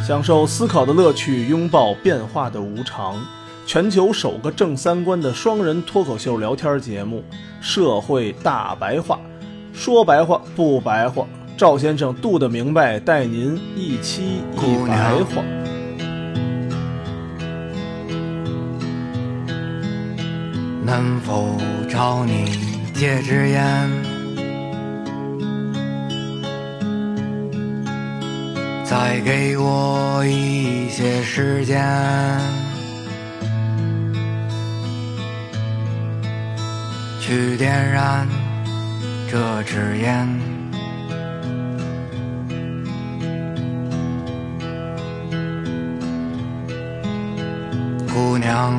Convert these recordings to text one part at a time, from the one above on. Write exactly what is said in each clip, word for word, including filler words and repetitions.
享受思考的乐趣，拥抱变化的无常。全球首个正三观的双人脱口秀聊天节目《社会大白话》，说白话不白话，赵先生度得明白，带您一期一白话。 能否找你借支烟？再给我一些时间，去点燃这支烟。姑娘，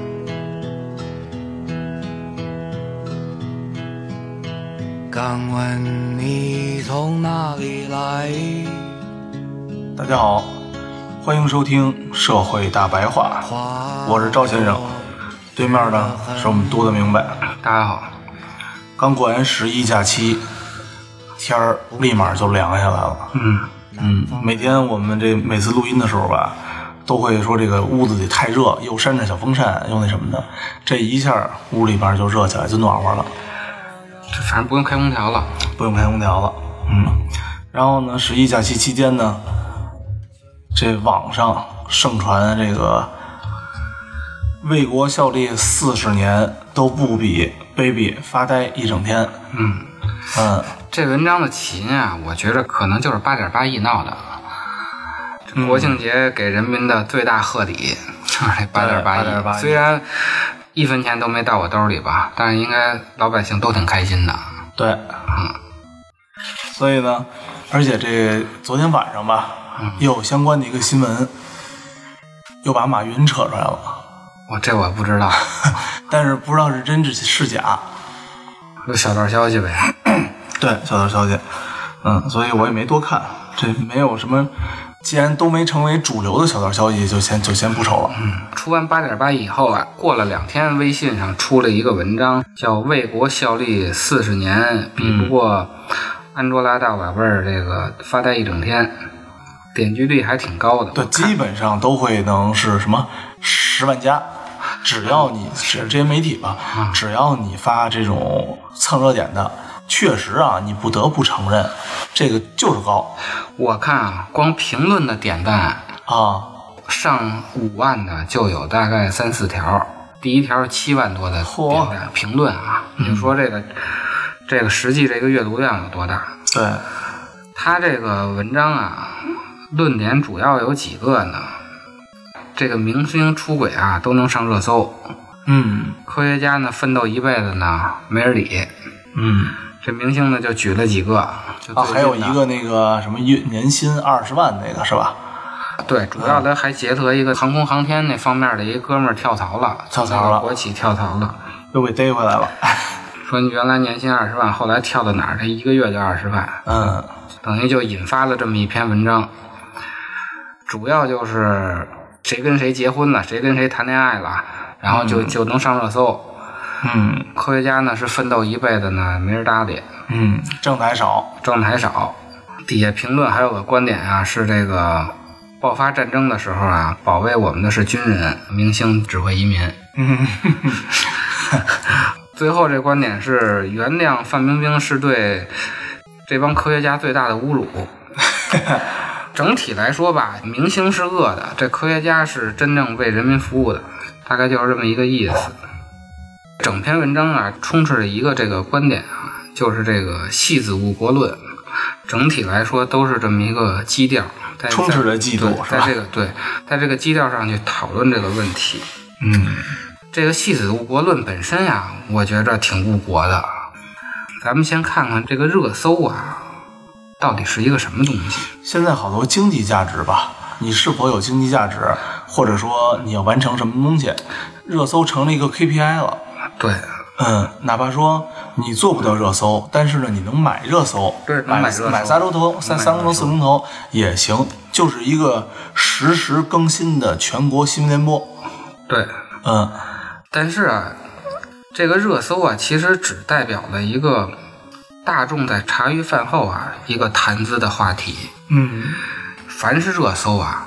敢问你从哪里来？ 大家好，欢迎收听社会大白话，我是赵先生，对面呢是我们读得明白。 大家好， 刚过完十一假期，天儿立马就凉下来了。 嗯嗯，每天我们这每次录音的时候吧，都会说这个屋子里太热，又扇着小风扇，又那什么的，这一下屋里边就热起来，就暖和了。 这反正不用开空调了， 不用开空调了。嗯，然后呢，十一假期期间呢，这网上盛传这个为国效力四十年都不比 baby 发呆一整天。 嗯嗯， 这文章的起因啊，我觉得可能就是八点八亿闹的。这国庆节给人民的最大贺礼就是这八点八亿，虽然一分钱都没到我兜里吧，但是应该老百姓都挺开心的。 对， 嗯， 所以呢，而且这昨天晚上吧， 嗯、 又有相关的一个新闻，又把马云扯出来了。 我这我不知道， 但是不知道是真是假， 有小道消息呗。 对，小道消息。嗯，所以我也没多看，这没有什么。既然都没成为主流的小道消息，就先就先不瞅了。 嗯，出完八点八亿以后啊，过了两天，微信上出了一个文章，叫“为国效力四十年，比不过安卓拉大瓦贝儿这个发呆一整天”，点击率还挺高的。 对，基本上都会能是什么十万加，只要你是这些媒体吧， 嗯、 只要你发这种蹭热点的。确实啊，你不得不承认，这个就是高。 我看啊，光评论的点赞啊， 上五万的就有大概三四条，第一条七万多的点赞评论啊，你就说这个、嗯、这个实际这个阅读量有多大？ 对， 他这个文章啊，论点主要有几个呢？这个明星出轨啊，都能上热搜。 嗯， 科学家呢，奋斗一辈子呢，没人理。 嗯。 这明星呢就举了几个，就啊，还有一个那个什么月年薪二十万那个是吧？ 对，主要的还结合一个航空航天那方面的一哥们儿跳槽了， 跳槽了， 国企跳槽了， 又给逮回来了。 说你原来年薪二十万，后来跳到哪儿？这一个月就二十万， 嗯， 等于就引发了这么一篇文章，主要就是谁跟谁结婚了，谁跟谁谈恋爱了，然后就、嗯、就能上热搜。 嗯， 科学家呢是奋斗一辈子呢，没人搭理。 嗯，挣的还少， 挣的还少。底下评论还有个观点啊，是这个爆发战争的时候啊，保卫我们的是军人，明星只会移民。 嗯， 最后这观点是原谅范冰冰是对这帮科学家最大的侮辱。整体来说吧，明星是恶的，这科学家是真正为人民服务的，大概就是这么一个意思。整篇文章啊，充斥着一个这个观点啊，就是这个戏子误国论。整体来说都是这么一个基调，在充斥着嫉妒， 在这个对，在这个基调上去讨论这个问题。 嗯， 这个戏子误国论本身呀，我觉着挺误国的。咱们先看看这个热搜啊，到底是一个什么东西？ 现在好多经济价值吧，你是否有经济价值，或者说你要完成什么东西，热搜成了一个 K P I 了。 对， 嗯，哪怕说你做不到热搜，但是呢，你能买热搜， 对， 买买热搜买仨钟头、三三个钟、四钟头也行，就是一个实时更新的全国新闻联播。 对， 嗯， 但是啊，这个热搜啊，其实只代表了一个大众在茶余饭后啊一个谈资的话题。 嗯， 凡是热搜啊，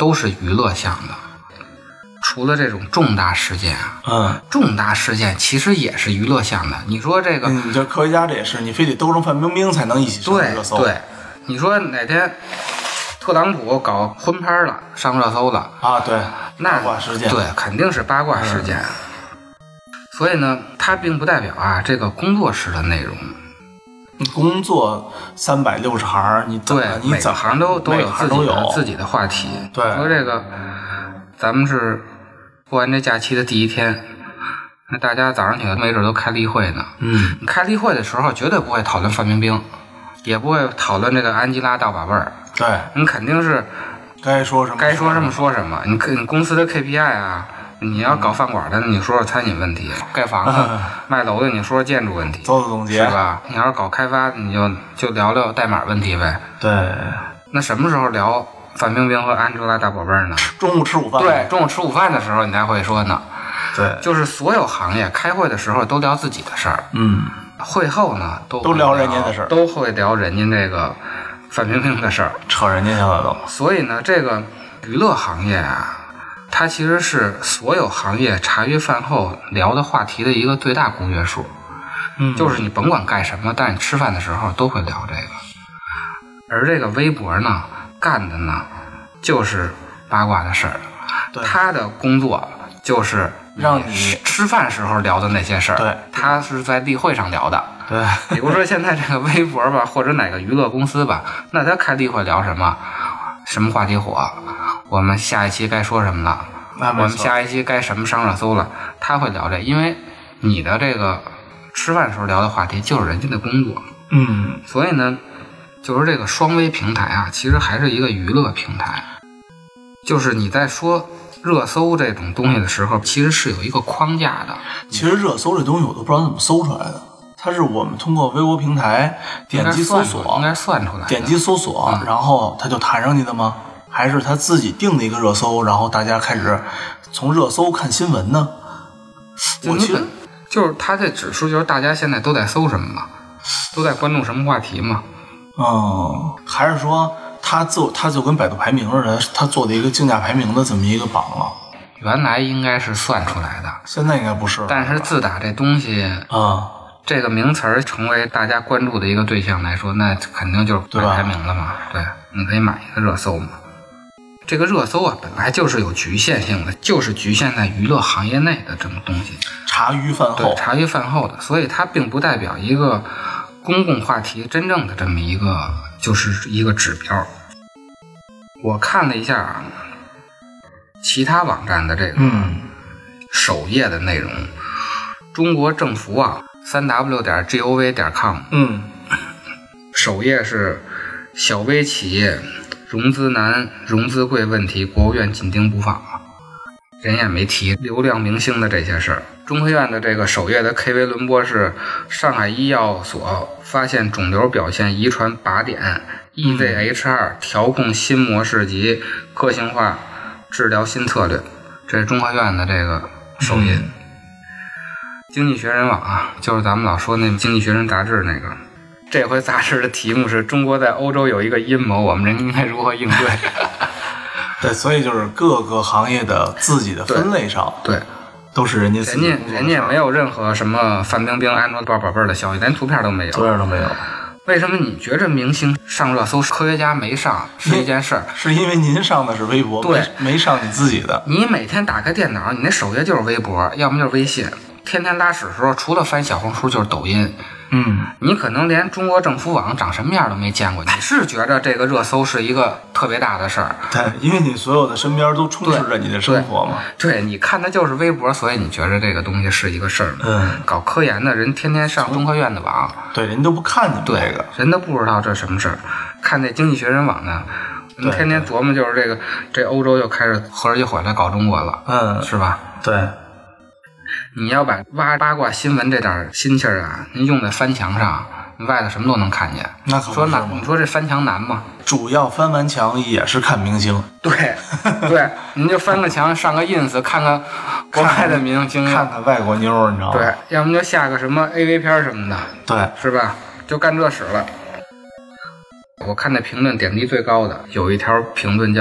都是娱乐向的。除了这种重大事件啊， 嗯， 重大事件其实也是娱乐向的。你说这个， 你这科学家这也是，你非得都成范冰冰才能一起上热搜。 对对，你说哪天特朗普搞婚拍了，上热搜了啊？对， 那八卦事件， 对，肯定是八卦事件。嗯、所以呢，它并不代表啊这个工作室的内容。 工作三百六十行，你对你每个行都都有自己的自己的话题。 对， 说这个，咱们是过完这假期的第一天，那大家早上起来没准都开例会呢。 嗯， 开例会的时候绝对不会讨论范冰冰，也不会讨论这个安吉拉大宝贝儿。 对， 你肯定是该说什么该说什么说什么。你你公司的 K P I 啊。你要搞饭馆的，你说说餐饮问题；盖房子、嗯、卖楼的，你说说建筑问题， 做做总结是吧？你要是搞开发，你就就聊聊代码问题呗。 对。 那什么时候聊范冰冰和安吉拉大宝贝呢？ 中午吃午饭。 对，中午吃午饭的时候你才会说呢。 对。 就是所有行业开会的时候都聊自己的事儿， 嗯。 会后呢都都聊人家的事儿， 都会聊人家这个范冰冰的事儿， 扯人家去了都。 所以呢，这个娱乐行业啊。它其实是所有行业茶余饭后聊的话题的一个最大公约数， 嗯， 就是你甭管干什么，但是你吃饭的时候都会聊这个。而这个微博呢，干的呢就是八卦的事儿，他的工作就是让你吃饭时候聊的那些事儿， 对， 他是在例会上聊的。 对， 比如说现在这个微博吧，或者哪个娱乐公司吧，那他开例会聊什么？什么话题火？我们下一期该说什么了？我们下一期该什么上热搜了？他会聊这，因为你的这个吃饭时候聊的话题就是人家的工作， 嗯， 所以呢，就是这个双微平台啊，其实还是一个娱乐平台。就是你在说热搜这种东西的时候，其实是有一个框架的。 其实热搜这东西我都不知道怎么搜出来的，它是我们通过微博平台点击搜索， 应该算出来的， 点击搜索，嗯、然后它就弹上去的吗？还是他自己定的一个热搜，然后大家开始从热搜看新闻呢？我其实就是他这指数，就是大家现在都在搜什么嘛，都在关注什么话题嘛。 嗯，还是说他做他就跟百度排名似的，他做的一个竞价排名的这么一个榜啊？ 原来应该是算出来的， 现在应该不是了。 但是自打这东西啊、嗯， 这个名词儿成为大家关注的一个对象来说，那肯定就是买排名了嘛。对，你可以买一个热搜嘛。这个热搜啊，本来就是有局限性的，就是局限在娱乐行业内的这么东西， 茶余饭后， 对，茶余饭后的，所以它并不代表一个公共话题真正的这么一个就是一个指标。我看了一下啊，其他网站的这个首页的内容，嗯、中国政府网三 w 点 gov 点 com， 嗯， 首页是小微企业融资难、融资贵问题，国务院紧盯不放，人也没提流量明星的这些事儿。中科院的这个首页的 K V 轮播是上海医药所发现肿瘤表现遗传靶点 E Z H 二 调控新模式及个性化治疗新策略，这是中科院的这个首页。嗯、经济学人网啊，就是咱们老说那经济学人杂志那个。这回杂志的题目是中国在欧洲有一个阴谋，我们人应该如何应对？ 对，所以就是各个行业的自己的分类上， 对，对都是人家自己人家人家没有任何什么范冰冰、安卓宝贝的消息，连图片都没有， 图片都没有。 为什么你觉着明星上热搜，科学家没上是一件事儿？ 是因为您上的是微博， 对， 没上你自己的。 你每天打开电脑，你那首页就是微博，要么就是微信。天天拉屎的时候，除了翻小红书就是抖音。 嗯， 你可能连中国政府网长什么样都没见过，你是觉着这个热搜是一个特别大的事儿？ 对，因为你所有的身边都充斥着你的生活嘛。 对，对你看的就是微博，所以你觉着这个东西是一个事儿。 嗯， 搞科研的人天天上中科院的网， 对，人都不看你们这个， 人都不知道这什么事儿。看那经济学人网呢，人天天琢磨就是这个，这欧洲又开始合着就回来搞中国了， 嗯， 是吧？ 对。 你要把挖八卦新闻这点心气儿啊，您用在翻墙上，你外头什么都能看见。 那可不是说难，你说这翻墙难吗？ 主要翻完墙也是看明星。 对对，您就翻个墙，上个 ins， 看看国外的明星， 看看外国妞，你知道吗？ 对，要么就下个什么 A V 片什么的， 对， 是吧？就干这使了。我看那评论点击最高的有一条评论叫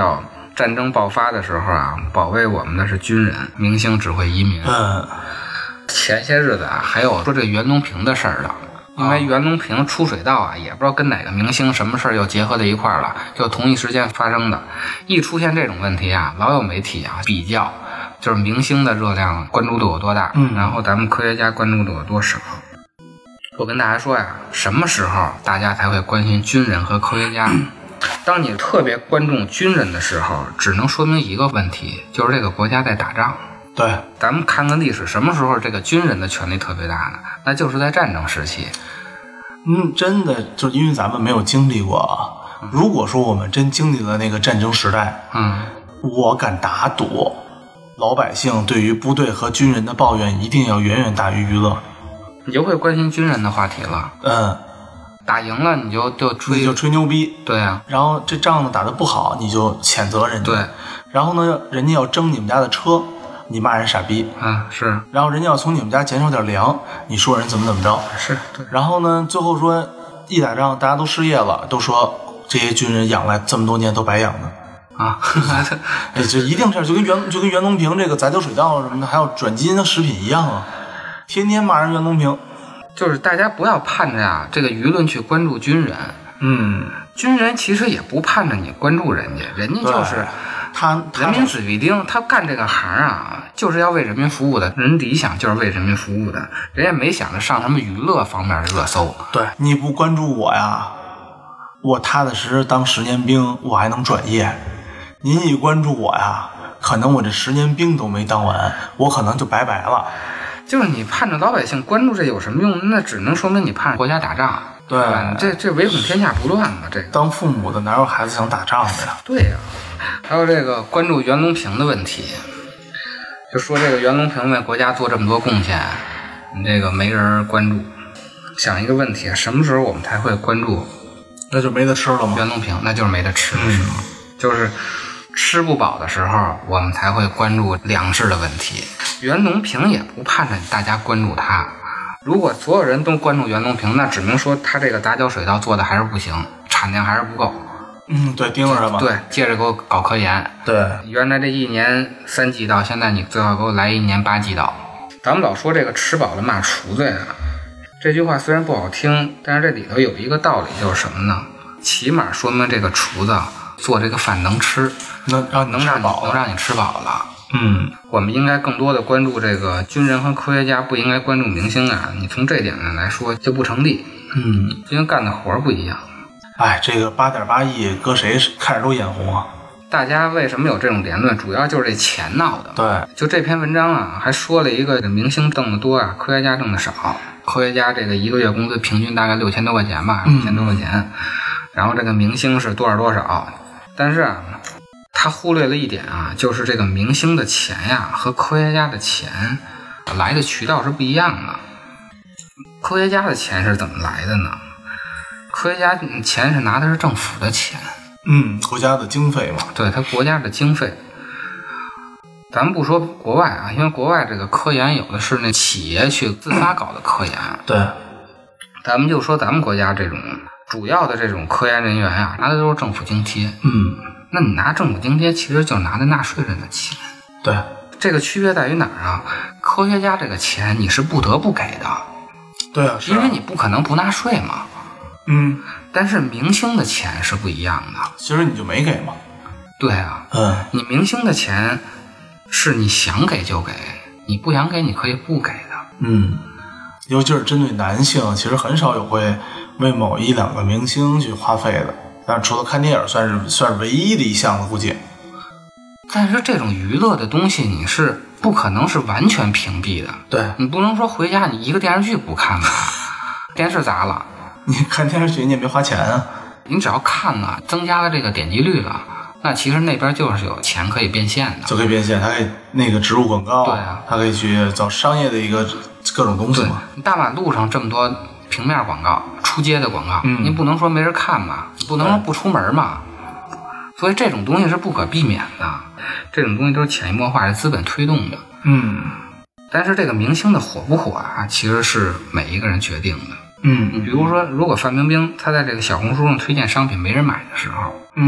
战争爆发的时候啊，保卫我们的是军人，明星只会移民。 嗯， 前些日子啊，还有说这个袁隆平的事儿的。因为袁隆平出水稻啊，也不知道跟哪个明星什么事儿又结合在一块儿了，就同一时间发生的。一出现这种问题啊，老有媒体啊比较，就是明星的热量关注度有多大， 嗯， 然后咱们科学家关注度有多少。我跟大家说呀，什么时候大家才会关心军人和科学家？当你特别关注军人的时候，只能说明一个问题，就是这个国家在打仗。 对， 咱们看看历史，什么时候这个军人的权力特别大呢？那就是在战争时期。 嗯，真的就是因为咱们没有经历过啊。如果说我们真经历了那个战争时代， 嗯， 我敢打赌，老百姓对于部队和军人的抱怨一定要远远大于娱乐。 你就会关心军人的话题了。 嗯， 打赢了你就就吹， 你就吹牛逼。 对啊。 然后这仗呢打得不好，你就谴责人家。 对。 然后呢，人家要争你们家的车，你骂人傻逼。 嗯，是。 然后人家要从你们家减少点粮，你说人怎么怎么着。 是。对。 然后呢，最后说一打仗大家都失业了，都说这些军人养来这么多年都白养的。 啊， 这一定是就跟袁就跟袁隆平这个杂交水稻什么的，还有转基因的食品一样啊，天天骂人袁隆平。 就是大家不要盼着呀、啊，这个舆论去关注军人。 嗯， 军人其实也不盼着你关注人家，人家就是他人民子弟兵，他干这个行啊，就是要为人民服务的，人理想就是为人民服务的，人家没想着上什么娱乐方面的热搜。 对，你不关注我呀，我踏踏实实当十年兵，我还能转业。您一关注我呀，可能我这十年兵都没当完，我可能就拜拜了。 就是你盼着老百姓关注这有什么用？那只能说明你盼着国家打仗。 对， 这这唯恐天下不乱嘛。这个当父母的哪有孩子想打仗的呀？ 对呀、啊，还有这个关注袁隆平的问题，就说这个袁隆平为国家做这么多贡献，你这个没人关注。想一个问题，什么时候我们才会关注？ 那就没得吃了吗？ 袁隆平那就是没得吃的时候，嗯、就是吃不饱的时候，我们才会关注粮食的问题。袁隆平也不盼着大家关注他。如果所有人都关注袁隆平，那只能说他这个杂交水稻做的还是不行，产量还是不够。 嗯，对，盯着他嘛。 对，接着给我搞科研。 对， 原来这一年三季稻，现在你最好给我来一年八季稻。咱们老说这个吃饱了骂厨子呀，这句话虽然不好听，但是这里头有一个道理，就是什么呢？起码说明这个厨子做这个饭能吃， 能让你能让你饱， 能让你吃饱了。 嗯， 我们应该更多的关注这个军人和科学家，不应该关注明星啊。你从这点上来说就不成立。 嗯， 因为干的活不一样。 哎，这个八点八亿，搁谁看着都眼红啊！ 大家为什么有这种言论？主要就是这钱闹的。 对， 就这篇文章啊，还说了一个明星挣得多啊，科学家挣得少。科学家这个一个月工资平均大概六千多块钱吧，六千多块钱。嗯、然后这个明星是多少多少，但是啊。他忽略了一点啊，就是这个明星的钱呀和科学家的钱来的渠道是不一样的。科学家的钱是怎么来的呢？科学家钱是拿的是政府的钱， 嗯，国家的经费嘛。 对，他国家的经费。咱们不说国外啊，因为国外这个科研有的是那企业去自发搞的科研。 对， 咱们就说咱们国家这种主要的这种科研人员啊，拿的都是政府津贴。 嗯。 那你拿政府津贴，其实就拿的纳税人的钱。 对， 这个区别在于哪儿啊？科学家这个钱你是不得不给的。 对啊，是啊， 因为你不可能不纳税嘛。 嗯。 但是明星的钱是不一样的。 其实你就没给嘛。 对啊。 嗯。 你明星的钱是你想给就给，你不想给你可以不给的。 嗯。尤其是针对男性，其实很少有会为某一两个明星去花费的。但是除了看电影算是算是唯一的一项了，估计。 但是这种娱乐的东西你是不可能是完全屏蔽的。 对， 你不能说回家你一个电视剧不看吧，电视砸了， 你看电视剧你也没花钱啊。 你只要看了，增加了这个点击率了，那其实那边就是有钱可以变现的， 就可以变现，它可以那个植入广告， 对啊， 它可以去找商业的一个各种东西嘛。 大马路上这么多平面广告、出街的广告，嗯，你不能说没人看嘛，你不能说不出门嘛，所以这种东西是不可避免的，这种东西都是潜移默化的资本推动的。 嗯， 但是这个明星的火不火啊，其实是每一个人决定的。 嗯， 你比如说，如果范冰冰她在这个小红书上推荐商品没人买的时候， 嗯，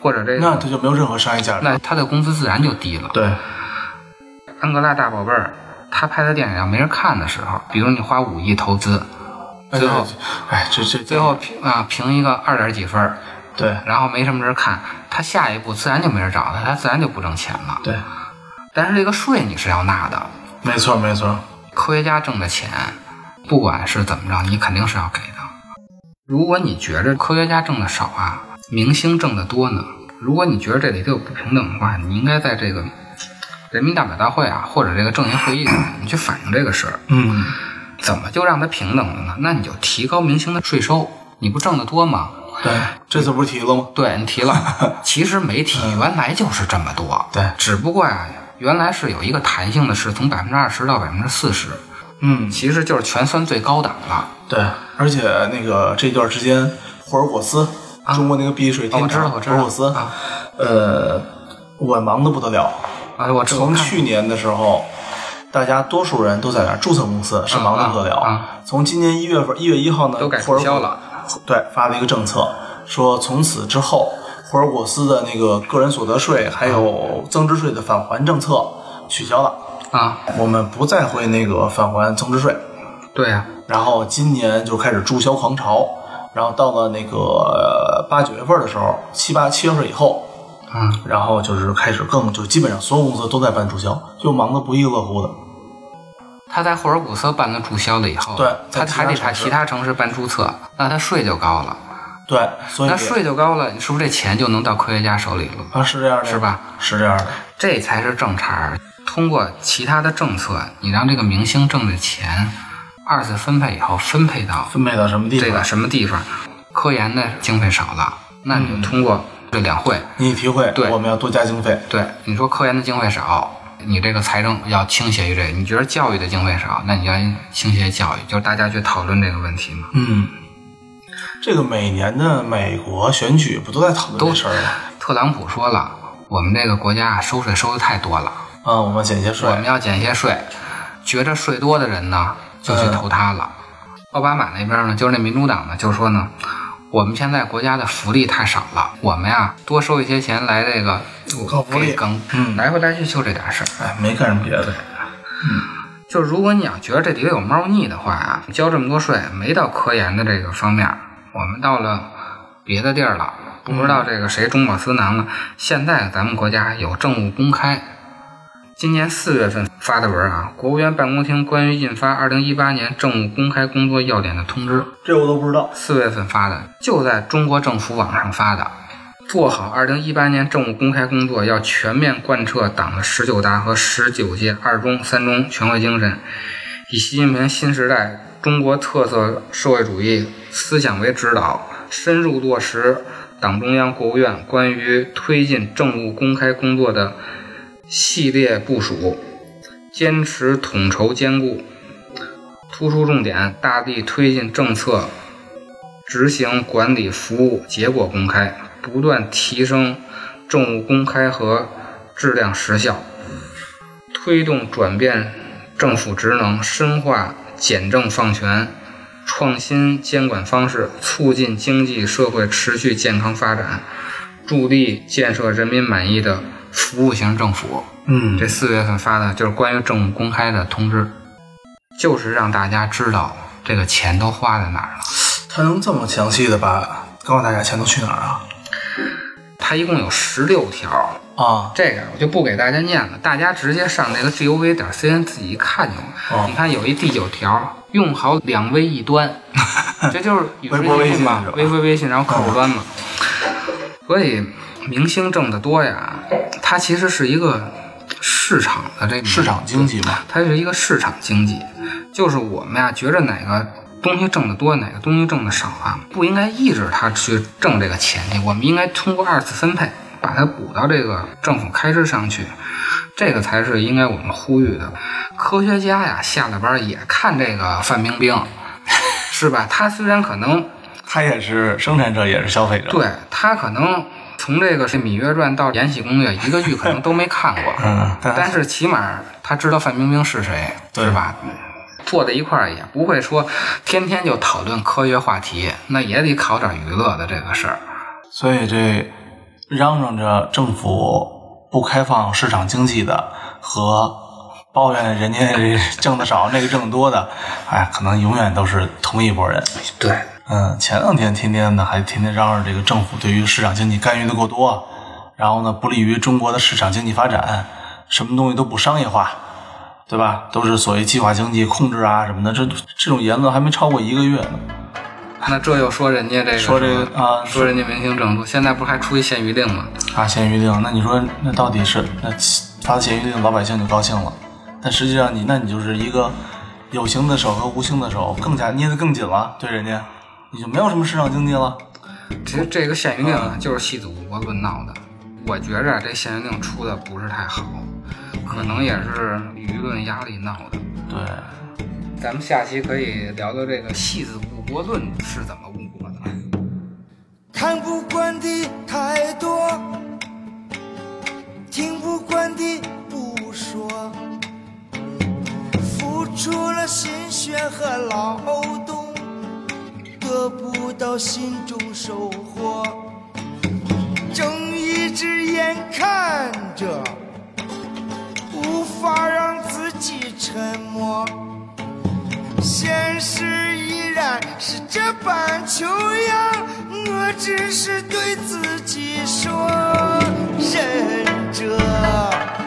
或者这个， 那他就没有任何商业价值， 那他的工资自然就低了。 对， 安哥拉大宝贝儿，他拍的电影要没人看的时候，比如你花五亿投资，最后， 哎，这这最后评啊评一个二点几分， 对， 然后没什么人看，他下一步自然就没人找他，他自然就不挣钱了。 对， 但是这个税你是要纳的， 没错没错。 科学家挣的钱，不管是怎么着，你肯定是要给的。如果你觉着科学家挣的少啊，明星挣的多呢，如果你觉得这里头有不平等的话，你应该在这个人民代表大会啊，或者这个政协会议上，你去反映这个事儿。 嗯， 怎么就让它平等了呢？那你就提高明星的税收，你不挣得多吗？ 对，这次不是提了吗？ 对，你提了，其实没提，原来就是这么多。 对， 只不过呀、啊，原来是有一个弹性的，是从百分之二十到百分之四十。 嗯， 其实就是全算最高档了。 对，而且那个这段时间，霍尔果斯，啊、中国那个避税天堂， 哦、 霍尔果斯， 啊、 呃，我忙得不得了。 啊，我从去年的时候，大家多数人都在那儿注册公司，是忙得不得了。 啊啊、 从今年一月份一月一号呢， 都改取消了。 对，发了一个政策，说从此之后，霍尔果斯的那个个人所得税还有增值税的返还政策取消了。 啊， 我们不再会那个返还增值税。 对呀、啊。 然后今年就开始注销狂潮，然后到了那个八九月份的时候，七八七月份以后， 嗯， 然后就是开始更就基本上所有公司都在办注销，就忙得不亦乐乎的。 他在霍尔果斯办了注销了以后， 对， 他还得在其他城市办注册，那他税就高了。 对，所以那税就高了，是不是这钱就能到科学家手里了？ 啊，是这样的， 是吧？ 是这样的， 这才是正茬。通过其他的政策，你让这个明星挣的钱二次分配以后分配到分配到什么地方？ 这个什么地方？科研的经费少了，那你就通过这两会， 你一提会， 对， 我们要多加经费。 对，你说科研的经费少，你这个财政要倾斜于这个；你觉得教育的经费少，那你要倾斜教育，就是大家去讨论这个问题嘛。 嗯，这个每年的美国选举不都在讨论这事儿吗？ 特朗普说了，我们这个国家收税收的太多了。 啊，我们减些税， 我们要减些税，觉着税多的人呢，就去投他了。嗯、奥巴马那边呢，就是那民主党呢，就说呢，我们现在国家的福利太少了，我们呀多收一些钱来这个搞福利， 更嗯， 来回来去就这点事儿， 哎，没干什么别的。嗯， 就是如果你要觉得这里头有猫腻的话啊，交这么多税没到科研的这个方面，我们到了别的地儿了，不知道这个谁中饱私囊了。嗯、现在咱们国家有政务公开。今年四月份发的文啊，国务院办公厅关于印发二零一八年政务公开工作要点的通知， 这我都不知道。 四月份发的，就在中国政府网上发的。做好二零一八年政务公开工作，要全面贯彻党的十九大和十九届二中三中全会精神，以习近平新时代中国特色社会主义思想为指导，深入落实党中央、国务院关于推进政务公开工作的系列部署，坚持统筹兼顾，突出重点，大力推进政策执行管理服务结果公开，不断提升政务公开和质量实效，推动转变政府职能，深化简政放权，创新监管方式，促进经济社会持续健康发展，助力建设人民满意的服务型政府。 嗯， 这四月份发的就是关于政务公开的通知，就是让大家知道这个钱都花在哪儿了。 他能这么详细的把告诉大家钱都去哪儿啊？ 它一共有十六条啊， 这个我就不给大家念了，大家直接上那个 gov 点 cn 自己一看就完。哦、你看有一第九条，用好两微一端，这就是语音微信嘛，微微微信，然后客户端嘛。嗯、所以明星挣得多呀，它其实是一个市场的这个市场经济嘛， 它是一个市场经济，就是我们呀觉着哪个东西挣得多，哪个东西挣得少啊，不应该抑制它去挣这个钱去，我们应该通过二次分配把它补到这个政府开支上去，这个才是应该我们呼吁的。科学家呀下了班也看这个范冰冰，是吧？他虽然可能他也是生产者，也是消费者， 对，他可能从这个《芈月传》到《延禧攻略》一个剧可能都没看过， 嗯， 但是起码他知道范冰冰是谁，是吧？坐在一块儿也不会说天天就讨论科学话题，那也得考点娱乐的这个事儿。 所以这嚷嚷着政府不开放市场经济的和抱怨人家挣得少那个挣得多的，哎，可能永远都是同一拨人。 对， 嗯，前两天天天的还天天嚷嚷这个政府对于市场经济干预的过多，然后呢不利于中国的市场经济发展，什么东西都不商业化，对吧？都是所谓计划经济控制啊什么的，这这种言论还没超过一个月呢。 那这又说人家这个说这个啊， 说人家明星政府，现在不是还出一限娱令吗？ 啊，限娱令，那你说那到底是那发限娱令，老百姓就高兴了，但实际上你那你就是一个有形的手和无形的手更加捏得更紧了，对人家你就没有什么市场经济了。 其实这个限娱令啊，就是戏子吴国论闹的。我觉着这限娱令出的不是太好，可能也是舆论压力闹的。 对， 咱们下期可以聊聊这个戏子误国论是怎么误国的。 看不惯的太多，听不惯的不说，付出了心血和劳动，得不到心中收获，睁一只眼看着，无法让自己沉默，现实依然是这般穷样，我只是对自己说，忍着。